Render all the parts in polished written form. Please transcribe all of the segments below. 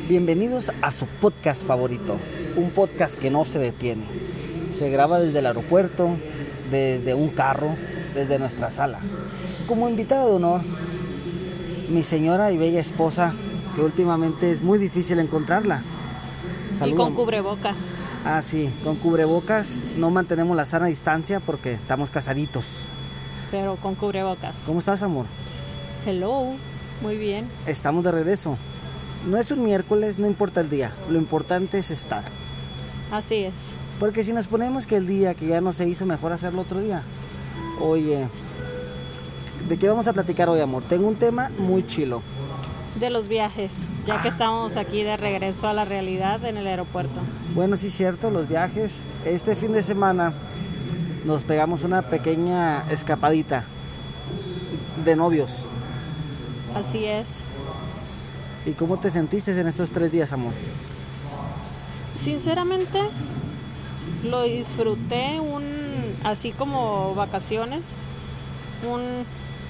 Bienvenidos a su podcast favorito, un podcast que no se detiene. Se graba desde el aeropuerto, desde un carro, desde nuestra sala. Como invitada de honor, mi señora y bella esposa, que últimamente es muy difícil encontrarla. Saludos. Y con cubrebocas. Ah, sí, con cubrebocas. No mantenemos la sana distancia porque estamos casaditos. Pero con cubrebocas. ¿Cómo estás, amor? Hello, muy bien. Estamos de regreso. No es un miércoles, no importa el día. Lo importante es estar. Así es. Porque si nos ponemos que el día que ya no se hizo, mejor hacerlo otro día. Oye, ¿de qué vamos a platicar hoy, amor? Tengo un tema muy chilo. De los viajes, ya que estamos aquí de regreso a la realidad en el aeropuerto. Bueno, sí es cierto, los viajes. Este fin de semana nos pegamos una pequeña escapadita de novios. Así es. ¿Y cómo te sentiste en estos 3 días, amor? Sinceramente, lo disfruté así como vacaciones, un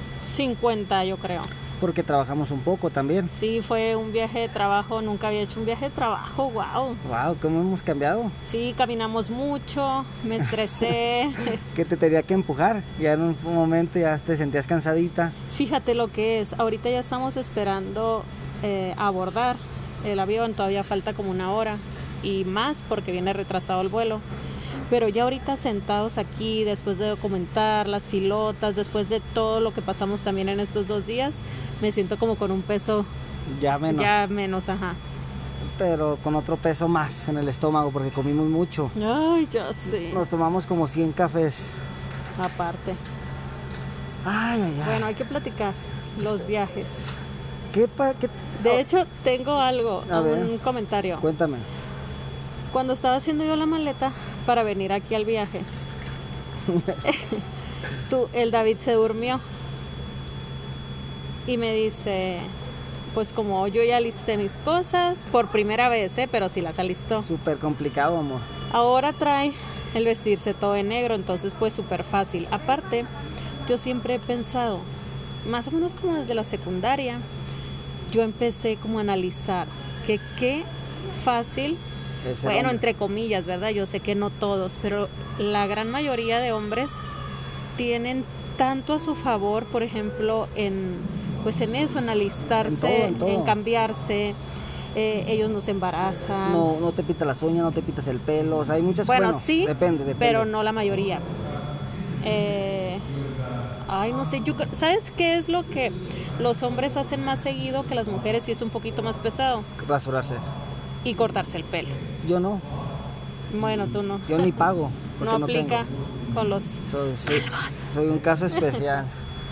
50 yo creo. Porque trabajamos un poco también. Sí, fue un viaje de trabajo, nunca había hecho un viaje de trabajo, wow. Wow, ¿cómo hemos cambiado? Sí, caminamos mucho, me estresé. ¿Qué te tenía que empujar? Ya en un momento ya te sentías cansadita. Fíjate lo que es, ahorita ya estamos esperando abordar el avión, todavía falta como 1 hora y más porque viene retrasado el vuelo. Pero ya ahorita sentados aquí, después de documentar las filotas, después de todo lo que pasamos también en estos 2 días, me siento como con un peso ya menos, ajá. Pero con otro peso más en el estómago porque comimos mucho. Ay, ya sé. Nos tomamos como 100 cafés. Aparte. Ay. Bueno, hay que platicar los viajes. ¿Qué? De hecho, tengo algo, un comentario. Cuéntame. Cuando estaba haciendo yo la maleta para venir aquí al viaje, el David se durmió y me dice, pues como yo ya alisté mis cosas, por primera vez, pero sí las alistó. Súper complicado, amor. Ahora trae el vestirse todo de negro, entonces pues súper fácil. Aparte, yo siempre he pensado, más o menos como desde la secundaria, yo empecé como a analizar que qué fácil, bueno, entre comillas, ¿verdad? Yo sé que no todos, pero la gran mayoría de hombres tienen tanto a su favor, por ejemplo, en eso, en alistarse, en cambiarse. Ellos no se embarazan. No te pitas las uñas, no te pitas el pelo, o sea, hay muchas cosas. Bueno, sí, depende. Pero no la mayoría. No sé, ¿sabes qué es lo que los hombres hacen más seguido que las mujeres y es un poquito más pesado? Rasurarse. Y cortarse el pelo. Yo no. Bueno, tú no. Yo ni pago. No aplica con los soy un caso especial.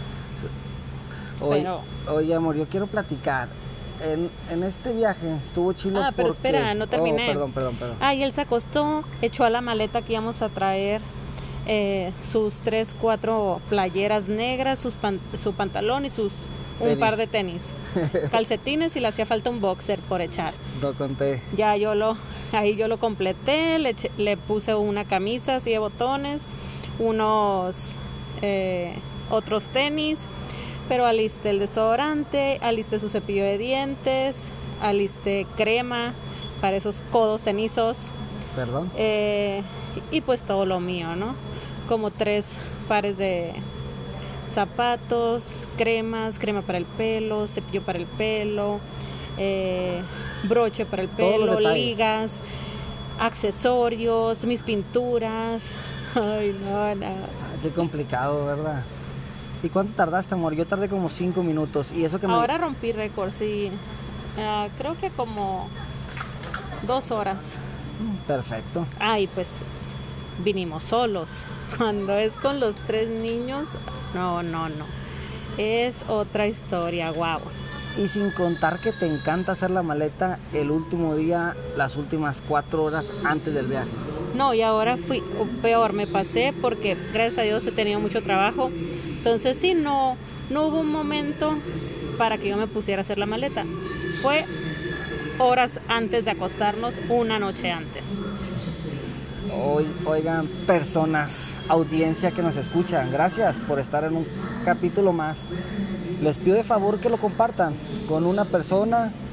Oye, amor, yo quiero platicar. En este viaje estuvo chilo. Pero espera, no terminé. Perdón. Y él se acostó, echó a la maleta que íbamos a traer sus 3, 4 playeras negras, su pantalón y un par de tenis, calcetines y le hacía falta un boxer por echar. Lo conté. Ya yo lo completé, le puse una camisa así de botones, unos otros tenis, pero alisté el desodorante, alisté su cepillo de dientes, alisté crema para esos codos cenizos. Perdón. Y pues todo lo mío, ¿no? Como 3 pares de zapatos, crema para el pelo, cepillo para el pelo, broche para el pelo, ligas, accesorios, mis pinturas. Ay, no. Qué complicado, ¿verdad? ¿Y cuánto tardaste, amor? Yo tardé como 5 minutos. Y eso que ahora rompí récord, sí. Creo que como 2 horas. Perfecto. Y pues vinimos solos. Cuando es con los 3 niños, no. Es otra historia, guau. Y sin contar que te encanta hacer la maleta el último día, las últimas 4 horas antes del viaje. No, y ahora fui peor, me pasé porque gracias a Dios he tenido mucho trabajo. Entonces sí, no hubo un momento para que yo me pusiera a hacer la maleta. Fue horas antes de acostarnos, una noche antes. Oigan, personas, audiencia que nos escuchan, gracias por estar en un capítulo más. Les pido de favor que lo compartan con una persona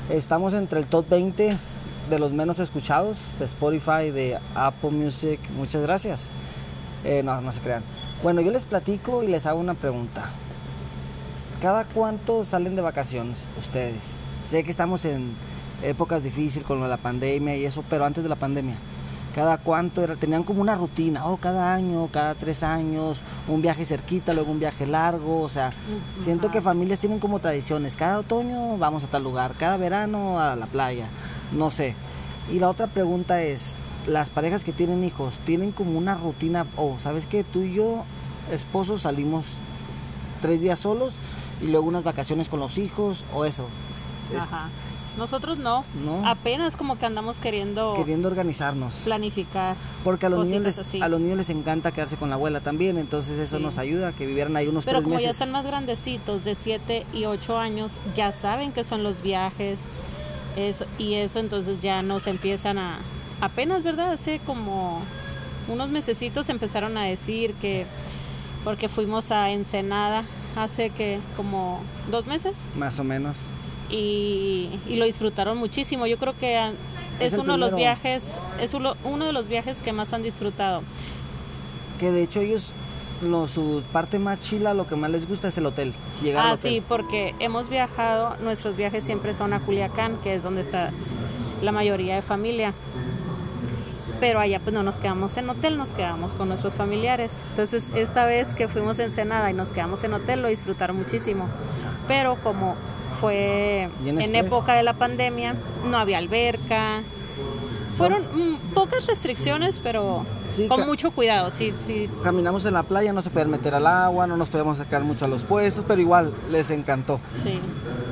Estamos entre el top 20 de los menos escuchados de Spotify, de Apple Music. Muchas gracias. No se crean. Bueno, yo les platico y les hago una pregunta. ¿Cada cuánto salen de vacaciones ustedes? Sé que estamos en épocas difíciles con la pandemia y eso, pero antes de la pandemia, ¿cada cuánto era? Tenían como una rutina, cada año, cada 3 años, un viaje cerquita, luego un viaje largo, o sea, siento que familias tienen como tradiciones, cada otoño vamos a tal lugar, cada verano a la playa, no sé. Y la otra pregunta es, las parejas que tienen hijos, ¿tienen como una rutina? ¿Sabes qué? Tú y yo, esposos, salimos 3 días solos y luego unas vacaciones con los hijos, o eso. Ajá. Nosotros no, apenas como que andamos queriendo organizarnos, planificar, porque a los niños les encanta quedarse con la abuela también, entonces eso nos ayuda a que vivieran ahí unos 3 meses. Pero como ya están más grandecitos, de 7 y 8 años, ya saben que son los viajes, eso, entonces ya nos empiezan apenas, ¿verdad? Hace como unos mesecitos empezaron a decir que, porque fuimos a Ensenada hace que como 2 meses. Más o menos. Y lo disfrutaron unísimo. Yo creo que es uno de los viajes, uno de los viajes que más han disfrutado. Que de hecho ellos, su parte más chila, lo que más les gusta es el hotel, llegar al hotel. Sí, porque hemos viajado, nuestros viajes siempre son a Culiacán, que es donde está la mayoría de familia. Pero allá pues no nos quedamos en hotel, nos quedamos con nuestros familiares. Entonces esta vez que fuimos a Ensenada y nos quedamos en hotel, lo disfrutaron muchísimo. Pero como fue en época de la pandemia, no había alberca, fueron pocas restricciones, pero con mucho cuidado. Sí. Caminamos en la playa, no se podían meter al agua, no nos podíamos sacar mucho a los puestos, pero igual les encantó. Sí.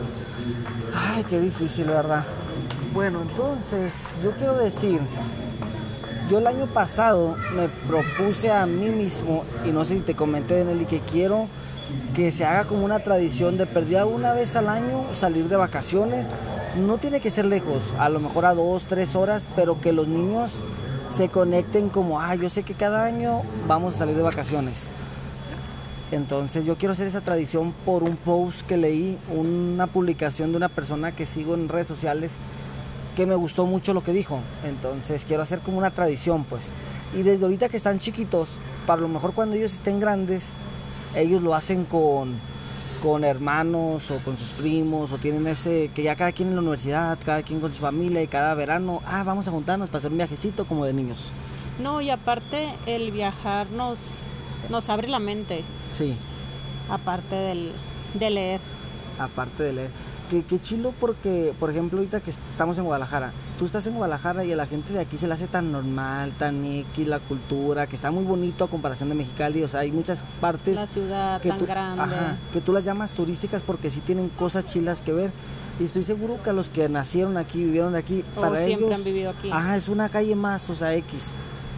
Ay, qué difícil, ¿verdad? Bueno, entonces yo quiero decir, yo el año pasado me propuse a mí mismo, y no sé si te comenté, Nelly, que quiero que se haga como una tradición de perdida una vez al año salir de vacaciones. No tiene que ser lejos, a lo mejor a 2-3 horas, pero que los niños se conecten como, yo sé que cada año vamos a salir de vacaciones. Entonces yo quiero hacer esa tradición por un post que leí, una publicación de una persona que sigo en redes sociales, que me gustó mucho lo que dijo. Entonces quiero hacer como una tradición, pues. Y desde ahorita que están chiquitos, para lo mejor cuando ellos estén grandes, ellos lo hacen con hermanos o con sus primos, o tienen que ya cada quien en la universidad, cada quien con su familia, y cada verano, vamos a juntarnos para hacer un viajecito como de niños. No, y aparte el viajar nos abre la mente. Sí. Aparte de leer. Aparte de leer. Qué chilo, porque, por ejemplo, ahorita que estamos en Guadalajara, tú estás en Guadalajara y a la gente de aquí se le hace tan normal, tan X la cultura, que está muy bonito a comparación de Mexicali. O sea, hay muchas partes, la ciudad tan grande, que tú las llamas turísticas porque sí tienen cosas chilas que ver. Y estoy seguro que a los que nacieron aquí, vivieron aquí, para siempre ellos han vivido aquí. Es una calle más, o sea, X.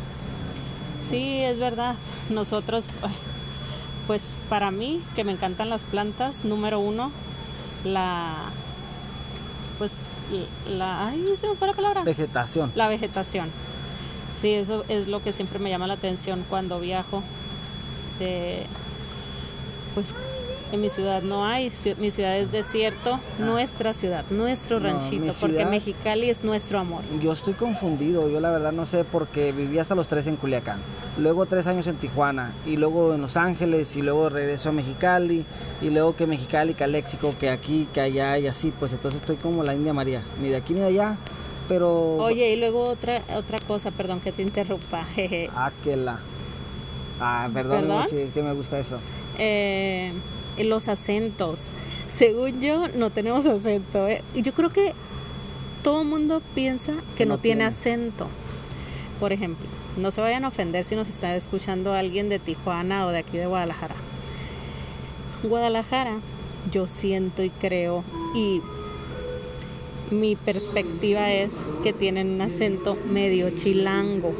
Sí, es verdad. Nosotros, pues para mí, que me encantan las plantas, número 1, se me fue la palabra. Vegetación. La vegetación. Sí, eso es lo que siempre me llama la atención cuando viajo. Pues en mi ciudad no hay, mi ciudad es desierto, nuestra ciudad, nuestro ranchito, porque Mexicali es nuestro amor. Yo estoy confundido, yo la verdad no sé, porque viví hasta los 3 en Culiacán, luego 3 años en Tijuana, y luego en Los Ángeles, y luego regreso a Mexicali, y luego que Mexicali, Caléxico, que aquí, que allá, y así, pues entonces estoy como la India María, ni de aquí ni de allá, pero... Oye, y luego otra cosa, perdón que te interrumpa, jeje. Perdón, no, sí, es que me gusta eso. Los acentos. Según yo, no tenemos acento. Yo creo que todo el mundo piensa que no tiene acento. Por ejemplo, no se vayan a ofender si nos está escuchando alguien de Tijuana o de aquí de Guadalajara. Guadalajara, yo siento y creo, y mi perspectiva es que tienen un acento medio chilango.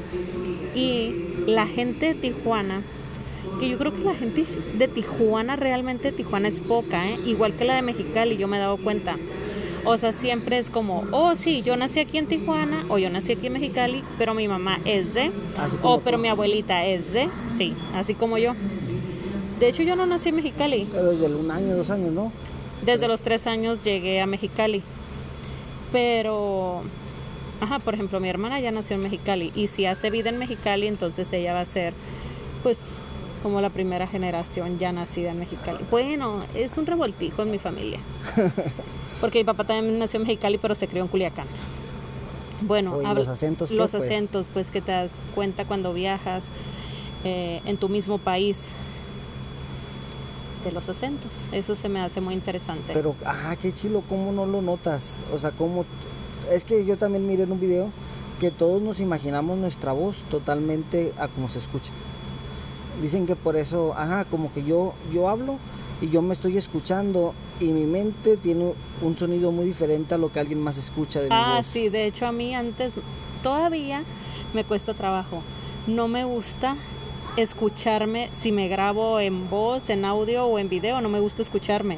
Y la gente de Tijuana, que yo creo que la gente de Tijuana, realmente Tijuana es poca, igual que la de Mexicali, yo me he dado cuenta. O sea, siempre es como, sí, yo nací aquí en Tijuana, o yo nací aquí en Mexicali, pero mi mamá es de, pero mi abuelita es de, sí, así como yo. De hecho, yo no nací en Mexicali. Pero desde 1 año, 2 años, ¿no? Desde los 3 años llegué a Mexicali. Pero, por ejemplo, mi hermana ya nació en Mexicali y si hace vida en Mexicali, entonces ella va a ser, pues, como la primera generación ya nacida en Mexicali. Bueno, es un revoltijo en mi familia. Porque mi papá también nació en Mexicali, pero se crió en Culiacán. Bueno, los acentos. Los acentos, pues, que te das cuenta cuando viajas en tu mismo país. De los acentos, eso se me hace muy interesante. Pero, qué chilo, ¿cómo no lo notas? O sea, ¿cómo? Es que yo también miré en un video que todos nos imaginamos nuestra voz totalmente a como se escucha. Dicen que por eso, como que yo hablo y yo me estoy escuchando y mi mente tiene un sonido muy diferente a lo que alguien más escucha de mi voz. Sí, de hecho a mí antes todavía me cuesta trabajo. No me gusta escucharme, si me grabo en voz, en audio o en video, no me gusta escucharme.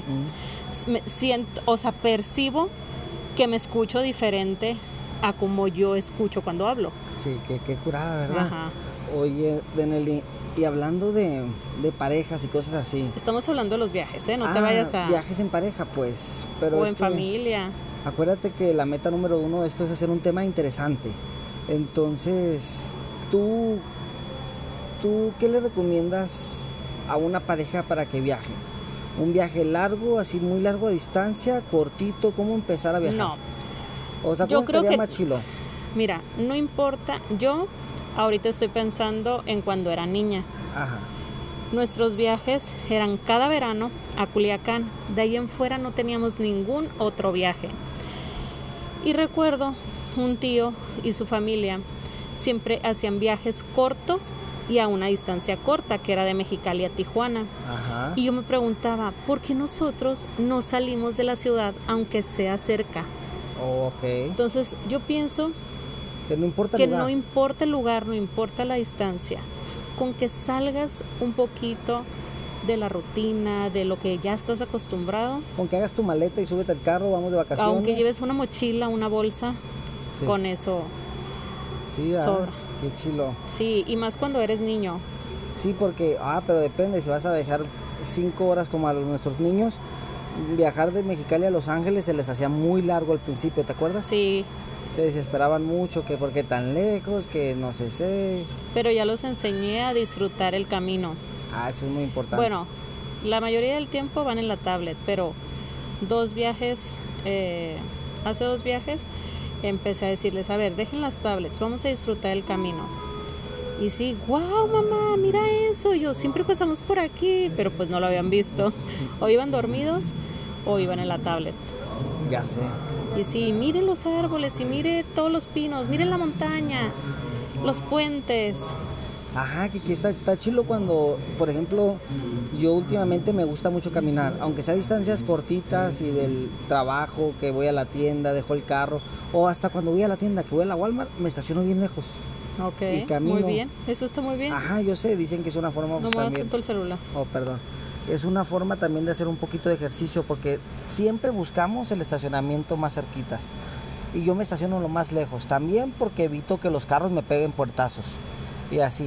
Percibo que me escucho diferente a como yo escucho cuando hablo. Sí, qué curada, ¿verdad? Oye, Denely, y hablando de parejas y cosas así. Estamos hablando de los viajes, ¿eh? No te vayas a... Viajes en pareja, pues. Pero o en familia. Acuérdate que la meta número 1 de esto es hacer un tema interesante. Entonces, ¿Tú qué le recomiendas a una pareja para que viaje? ¿Un viaje largo, así muy largo a distancia, cortito? ¿Cómo empezar a viajar? No. O sea, ¿cómo estaría más chilo? Mira, no importa. Yo ahorita estoy pensando en cuando era niña. Nuestros viajes eran cada verano a Culiacán. De ahí en fuera no teníamos ningún otro viaje. Y recuerdo un tío y su familia siempre hacían viajes cortos y a una distancia corta, que era de Mexicali a Tijuana. Y yo me preguntaba, ¿por qué nosotros no salimos de la ciudad aunque sea cerca? Entonces yo pienso que no importa no importa el lugar, no importa la distancia, con que salgas un poquito de la rutina, de lo que ya estás acostumbrado. Con que hagas tu maleta y súbete al carro, vamos de vacaciones. Aunque lleves una mochila, una bolsa, con eso sobra. Qué chilo. Sí, y más cuando eres niño. Sí, porque, pero depende, si vas a viajar 5 horas como a nuestros niños, viajar de Mexicali a Los Ángeles se les hacía muy largo al principio, ¿te acuerdas? Sí. Se desesperaban mucho, que porque tan lejos, que no sé. Pero ya los enseñé a disfrutar el camino. Eso es muy importante. Bueno, la mayoría del tiempo van en la tablet, pero hace 2 viajes empecé a decirles, a ver, dejen las tablets, vamos a disfrutar el camino. Y sí, wow, mamá, mira eso, yo siempre pasamos por aquí, pero pues no lo habían visto. O iban dormidos o iban en la tablet. Ya sé. Y sí, miren los árboles y mire todos los pinos, miren la montaña, los puentes. Que está chilo cuando, por ejemplo, yo últimamente me gusta mucho caminar, aunque sea distancias cortitas y del trabajo, que voy a la tienda, dejo el carro, o hasta cuando voy a la tienda, que voy a la Walmart, me estaciono bien lejos. Y camino. Muy bien, eso está muy bien. Yo sé, dicen que es una forma no también. No me el celular. Perdón. Es una forma también de hacer un poquito de ejercicio, porque siempre buscamos el estacionamiento más cerquitas. Y yo me estaciono lo más lejos, también porque evito que los carros me peguen puertazos. Y así.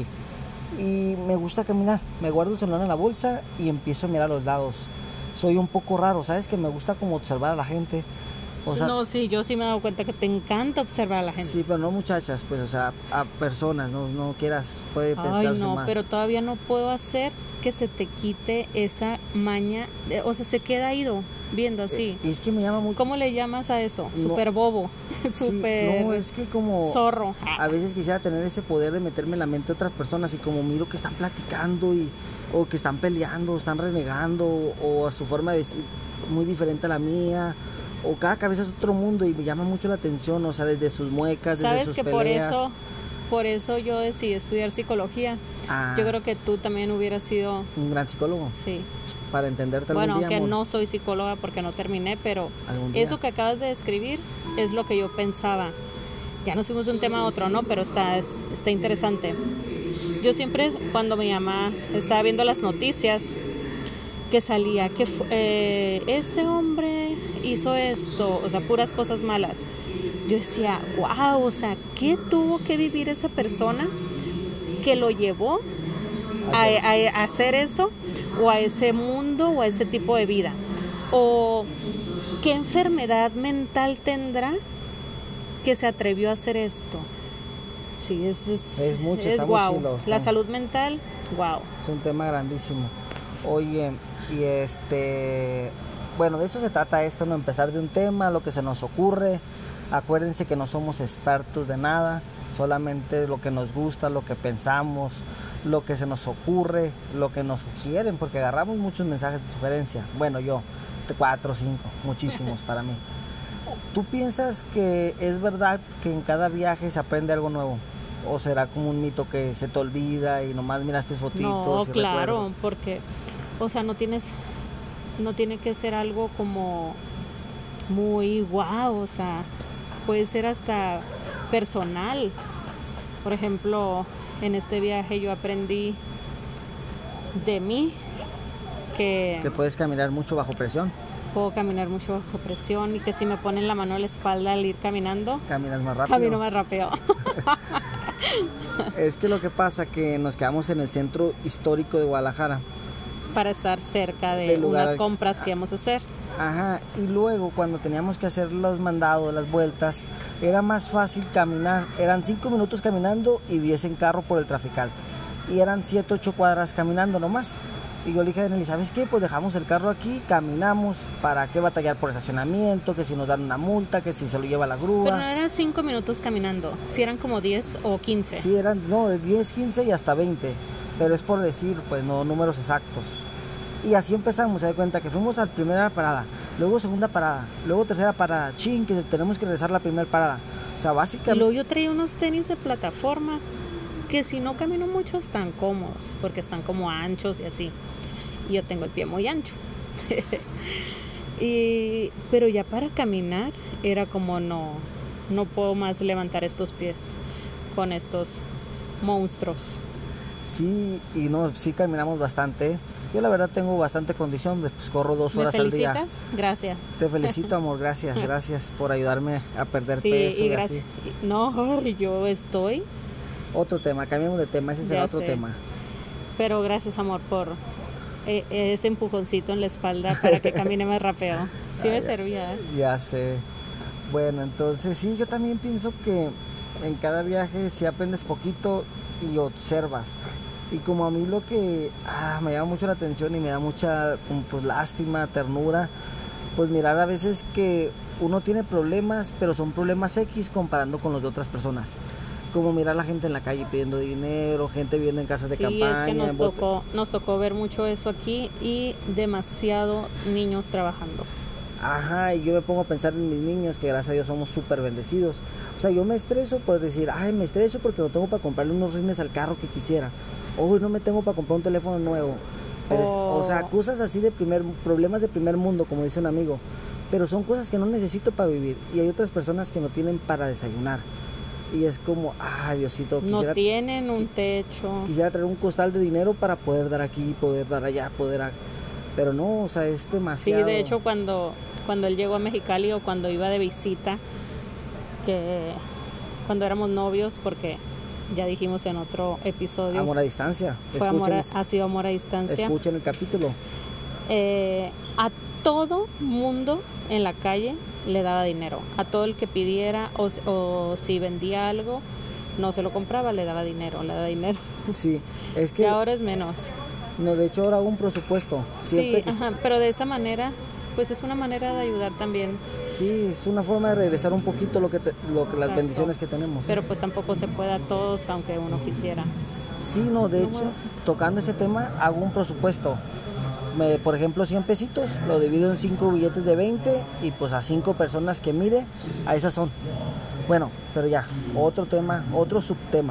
Y me gusta caminar, me guardo el celular en la bolsa y empiezo a mirar a los lados. Soy un poco raro, ¿sabes? Que me gusta como observar a la gente. Sí, yo sí me he dado cuenta que te encanta observar a la gente. Sí, pero no muchachas, pues, o sea, a personas, no quieras, puede pensarse mal. Pero todavía no puedo hacer que se te quite esa maña, se queda ido viendo así. Y es que me llama mucho. ¿Cómo le llamas a eso? Súper bobo, súper es que como zorro. A veces quisiera tener ese poder de meterme en la mente de otras personas y como miro que están platicando o que están peleando, o están renegando, o a su forma de vestir muy diferente a la mía, o cada cabeza es otro mundo y me llama mucho la atención, o sea, desde sus muecas, desde sus peleas. Por eso yo decidí estudiar psicología. Yo creo que tú también hubieras sido un gran psicólogo. Sí. Para entenderte algún día, aunque no soy psicóloga porque no terminé, pero eso que acabas de describir es lo que yo pensaba. Ya nos fuimos de un tema a otro, ¿no? Pero está interesante. Yo siempre, cuando mi mamá estaba viendo las noticias, que salía que este hombre hizo esto, o sea, puras cosas malas. Yo decía, wow, o sea, ¿qué tuvo que vivir esa persona que lo llevó a hacer eso, o a ese mundo, o a ese tipo de vida? ¿O qué enfermedad mental tendrá que se atrevió a hacer esto. Sí, es mucho, es está guau. muy chilo, La salud mental, wow. Es un tema grandísimo. Oye, y bueno, de eso se trata esto, ¿no? Empezar de un tema, lo que se nos ocurre. Acuérdense que no somos expertos de nada, solamente lo que nos gusta, lo que pensamos, lo que se nos ocurre, lo que nos sugieren, porque agarramos muchos mensajes de sugerencia. Bueno, yo, 4 o 5, muchísimos para mí. ¿Tú piensas que es verdad que en cada viaje se aprende algo nuevo? ¿O será como un mito que se te olvida y nomás miraste fotitos? No, claro, porque, o sea, no tiene que ser algo como muy guau, o sea, puede ser hasta personal. Por ejemplo, en este viaje yo aprendí de mí que puedes caminar mucho bajo presión. Puedo caminar mucho bajo presión y que si me ponen la mano en la espalda al ir caminando, caminas más rápido. Camino más rápido. Es que lo que pasa es que nos quedamos en el centro histórico de Guadalajara para estar cerca de unas compras que íbamos a hacer. Ajá, y luego cuando teníamos que hacer los mandados, las vueltas, era más fácil caminar. Eran 5 minutos caminando y 10 en carro por el trafical. Y eran 7, 8 cuadras caminando nomás. Y yo le dije a Nelly, ¿sabes qué? Pues dejamos el carro aquí, caminamos, ¿para qué batallar por estacionamiento? Que si nos dan una multa, que si se lo lleva la grúa. Pero no eran 5 minutos caminando, si eran como 10 o 15. Sí, eran, no, 10, 15 y hasta 20, pero es por decir, pues no números exactos. Y así empezamos, se da cuenta que fuimos a la primera parada, luego segunda parada, luego tercera parada, que tenemos que regresar a la primera parada. O sea, básicamente... Y luego yo traía unos tenis de plataforma que si no camino mucho están cómodos, porque están como anchos y así. Y yo tengo el pie muy ancho. Pero ya para caminar era como no puedo más levantar estos pies con estos monstruos. Sí, y no, sí caminamos bastante. Yo la verdad tengo bastante condición, pues corro 2 horas al día. ¿Me felicitas? Gracias. Te felicito, amor, gracias por ayudarme a perder peso. Y gracias. Así. No, yo estoy... Otro tema, cambiemos de tema, ese será otro tema. Pero gracias, amor, por ese empujoncito en la espalda para que camine más rápido. Sí me servía. Ya sé. Bueno, entonces sí, yo también pienso que en cada viaje sí aprendes poquito y observas. Y como a mí lo que me llama mucho la atención y me da mucha pues lástima, ternura, pues mirar a veces que uno tiene problemas, pero son problemas X comparando con los de otras personas. Como mirar a la gente en la calle pidiendo dinero, gente viviendo en casas de campaña. Sí, es que nos tocó ver mucho eso aquí y demasiado niños trabajando. Ajá, y yo me pongo a pensar en mis niños, que gracias a Dios somos súper bendecidos. O sea, yo me estreso por decir, me estreso porque no tengo para comprarle unos rines al carro que quisiera. Hoy no me tengo para comprar un teléfono nuevo. Pero o sea, cosas así problemas de primer mundo, como dice un amigo. Pero son cosas que no necesito para vivir. Y hay otras personas que no tienen para desayunar. Y es como, Diosito, no tienen un techo. Quisiera traer un costal de dinero para poder dar aquí, poder dar allá, pero no, o sea, es demasiado. Sí, de hecho, cuando él llegó a Mexicali o cuando iba de visita, que cuando éramos novios, porque ya dijimos en otro episodio. Amor a distancia. Ha sido amor a distancia. Escuchen el capítulo. A todo mundo en la calle le daba dinero. A todo el que pidiera o si vendía algo, no se lo compraba, le daba dinero. Sí, es que... Y ahora es menos. No, de hecho ahora hago un presupuesto. Sí, pero de esa manera, pues es una manera de ayudar también. Sí, es una forma de regresar un poquito las bendiciones que tenemos. Pero pues tampoco se puede a todos, aunque uno quisiera. Sí, no, de hecho, tocando ese tema, hago un presupuesto. Por ejemplo, 100 pesitos, lo divido en 5 billetes de 20 y pues a 5 personas que mire, a esas son. Bueno, pero ya, otro tema, otro subtema.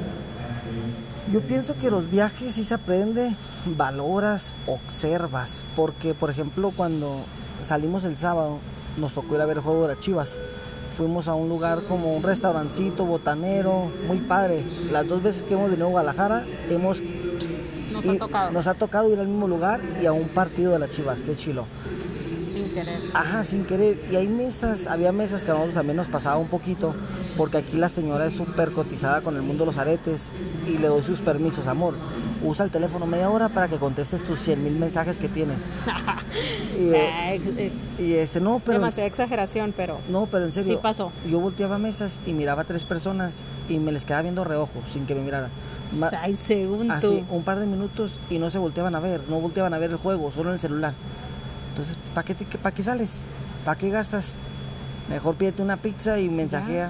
Yo pienso que los viajes sí se aprende, valoras, observas, porque por ejemplo cuando salimos el sábado nos tocó ir a ver el juego de las Chivas. Fuimos a un lugar como un restaurancito botanero, muy padre. Las 2 veces que hemos venido a Guadalajara nos ha tocado ir al mismo lugar y a un partido de las Chivas, qué chilo. Sin querer. Ajá, sin querer. Y había mesas que a nosotros también nos pasaba un poquito, porque aquí la señora es súper cotizada con el mundo de los aretes y le doy sus permisos, amor. usa el teléfono media hora para que contestes tus 100,000 mensajes que tienes. No, pero demasiada exageración, pero no, pero en serio, sí pasó. Yo volteaba mesas y miraba a 3 personas y me les quedaba viendo reojo sin que me miraran. Ay, según tú. Así, un par de minutos y no se volteaban a ver, no volteaban a ver el juego, solo en el celular. Entonces, ¿para qué sales? ¿Para qué gastas? Mejor pídete una pizza y mensajea.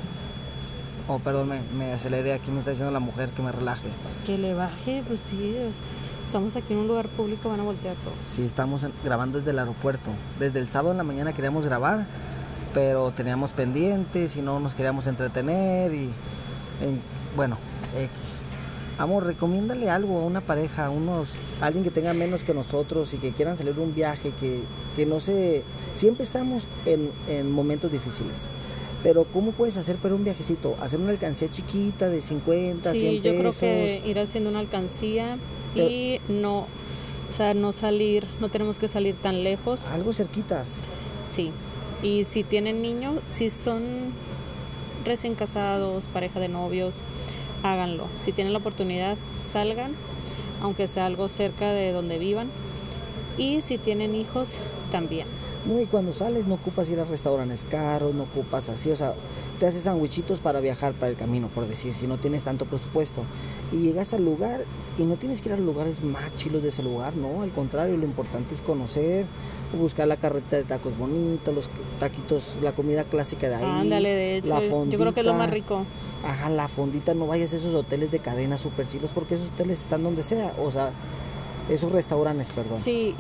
Oh, perdón, me aceleré. Aquí me está diciendo la mujer que me relaje. Que le baje, pues sí. Estamos aquí en un lugar público, van a voltear todos. Sí, estamos grabando desde el aeropuerto. Desde el sábado en la mañana queríamos grabar, pero teníamos pendientes y no nos queríamos entretener. Bueno, X. Amor, recomiéndale algo a una pareja, a alguien que tenga menos que nosotros y que quieran salir de un viaje, que no sé. Siempre estamos en momentos difíciles. Pero ¿cómo puedes hacer para un viajecito? Hacer una alcancía chiquita de 50, 100 pesos. Sí, yo creo que ir haciendo una alcancía y no salir, no tenemos que salir tan lejos. Algo cerquitas. Sí, y si tienen niños, si son recién casados, pareja de novios, háganlo. Si tienen la oportunidad, salgan, aunque sea algo cerca de donde vivan. Y si tienen hijos, también. No, y cuando sales no ocupas ir a restaurantes caros, no ocupas así, o sea, te haces sandwichitos para viajar para el camino, por decir, si no tienes tanto presupuesto. Y llegas al lugar y no tienes que ir a los lugares más chilos de ese lugar, no, al contrario, lo importante es conocer, buscar la carreta de tacos bonita, los taquitos, la comida clásica de ahí. Ándale, de hecho, la fondita, yo creo que es lo más rico. Ajá, la fondita, no vayas a esos hoteles de cadena super chilos porque esos hoteles están donde sea, o sea, esos restaurantes, perdón. Sí,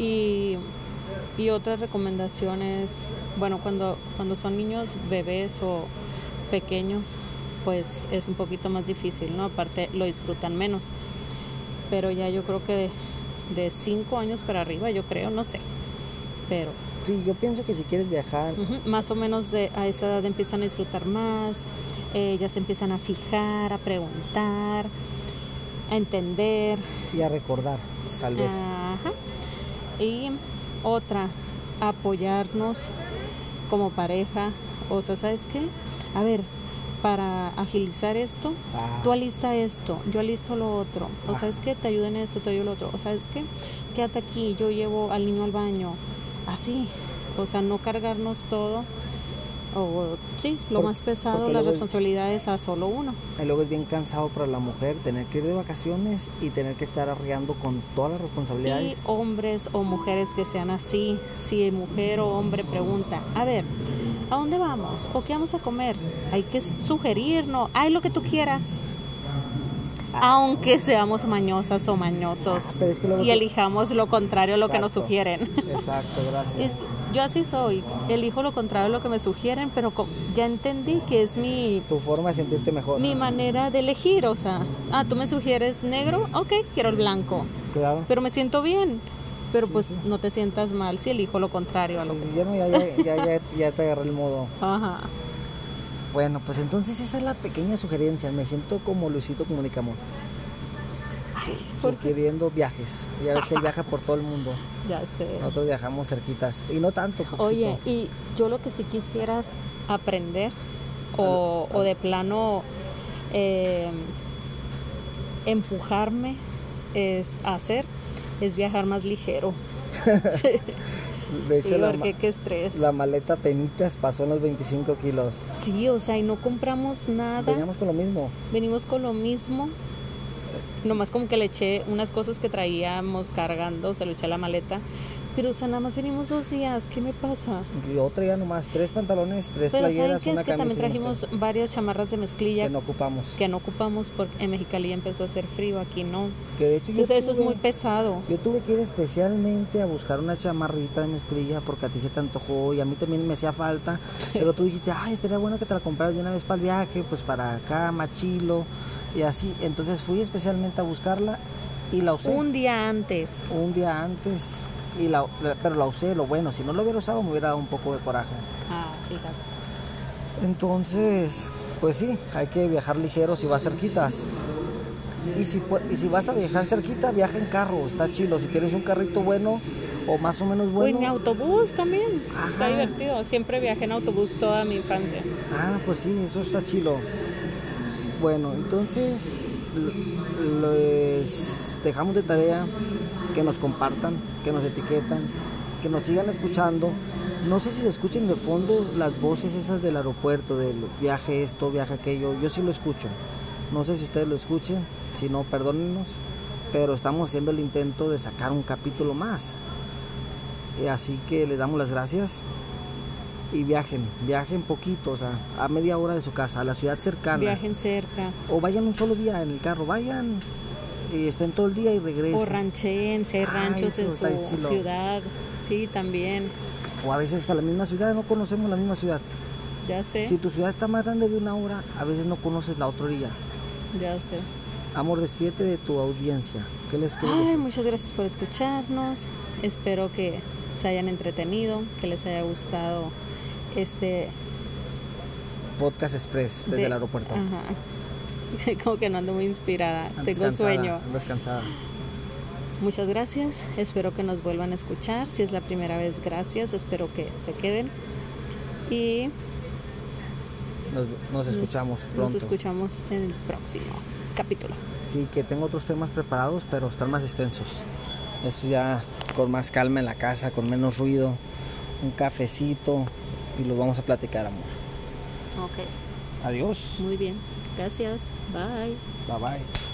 y otras recomendaciones, bueno, cuando son niños, bebés o pequeños, pues es un poquito más difícil, ¿no? Aparte lo disfrutan menos. Pero ya yo creo que de 5 años para arriba, yo creo, no sé. Pero sí, yo pienso que si quieres viajar, más o menos a esa edad empiezan a disfrutar más, ya se empiezan a fijar, a preguntar, a entender. Y a recordar, tal vez. Ajá. Y otra, apoyarnos como pareja. O sea, ¿sabes qué? A ver, para agilizar esto, tú alista esto, yo alisto lo otro. O ¿sabes qué? Te ayudo en esto, te ayudo en lo otro. O ¿sabes qué? Quédate aquí, yo llevo al niño al baño. Así. O sea, no cargarnos todo. O sí, lo más pesado, las responsabilidades a solo uno. Y luego es bien cansado para la mujer tener que ir de vacaciones y tener que estar arriando con todas las responsabilidades. Y hombres o mujeres que sean así, si mujer o hombre pregunta, a ver, ¿a dónde vamos? ¿O qué vamos a comer? Hay que sugerir, ¿no? Hay lo que tú quieras. Aunque seamos mañosas o mañosos y elijamos lo contrario a lo que nos sugieren. Exacto, gracias. Yo así soy, elijo lo contrario a lo que me sugieren, pero ya entendí que es tu forma de sentirte mejor. Mi manera de elegir, o sea, tú me sugieres negro, ok, quiero el blanco. Claro. Pero me siento bien. Pero sí. No te sientas mal si elijo lo contrario a lo que... Ya te agarré el modo. Ajá. Bueno, pues entonces esa es la pequeña sugerencia. Me siento como Luisito Comunica Amor. Sugiriendo viajes. Ya ves que él viaja por todo el mundo. Ya sé. Nosotros viajamos cerquitas. Y no tanto, poquito. Oye, y yo lo que sí quisiera aprender o de plano empujarme es viajar más ligero. De hecho, sí, porque qué estrés. La maleta penitas pasó en los 25 kilos. Sí, o sea, y no compramos nada. Venimos con lo mismo. Nomás como que le eché unas cosas que traíamos cargando, se lo eché a la maleta. Pero, o sea, nada más venimos 2 días. ¿Qué me pasa? Yo traía nomás 3 pantalones, 3 pero playeras, ¿saben qué? Es que también trajimos varias chamarras de mezclilla. Que no ocupamos porque en Mexicali ya empezó a hacer frío, aquí no. Que de hecho entonces eso es muy pesado. Yo tuve que ir especialmente a buscar una chamarrita de mezclilla porque a ti se te antojó y a mí también me hacía falta. Pero tú dijiste, estaría bueno que te la compraras de una vez para el viaje, pues para acá, más chilo. Y así, entonces fui especialmente a buscarla y la usé. Un día antes. Pero la usé, lo bueno, si no lo hubiera usado me hubiera dado un poco de coraje. Fíjate. Entonces, pues sí, hay que viajar ligero si vas cerquitas. Y si vas a viajar cerquita, viaja en carro, está chilo. Si tienes un carrito bueno o más o menos bueno. Uy, en autobús también. Ajá. Está divertido. Siempre viajé en autobús toda mi infancia. Pues sí, eso está chilo. Bueno, entonces dejamos de tarea que nos compartan, que nos etiquetan, que nos sigan escuchando. No sé si se escuchen de fondo las voces esas del aeropuerto, del viaje esto, viaje aquello. Yo sí lo escucho. No sé si ustedes lo escuchen, si no, perdónennos. Pero estamos haciendo el intento de sacar un capítulo más. Así que les damos las gracias. Y viajen poquito, o sea, a media hora de su casa, a la ciudad cercana. Viajen cerca. O vayan un solo día en el carro, vayan y estén todo el día y regresen. O ranchen, si hay ranchos en su ciudad, sí, también. O a veces hasta la misma ciudad, no conocemos la misma ciudad. Ya sé. Si tu ciudad está más grande de una hora, a veces no conoces la otra orilla. Ya sé. Amor, despídete de tu audiencia. ¿Qué les quieres decir? Muchas gracias por escucharnos. Espero que se hayan entretenido, que les haya gustado este Podcast Express desde el aeropuerto. Ajá. Como que no ando muy inspirada. Tengo sueño. Descansada. Muchas gracias. Espero que nos vuelvan a escuchar. Si es la primera vez, gracias. Espero que se queden. Y nos escuchamos pronto. Nos escuchamos en el próximo capítulo. Sí, que tengo otros temas preparados, pero están más extensos. Eso ya con más calma en la casa, con menos ruido, un cafecito y los vamos a platicar, amor. Ok. Adiós. Muy bien. Gracias. Bye. Bye bye.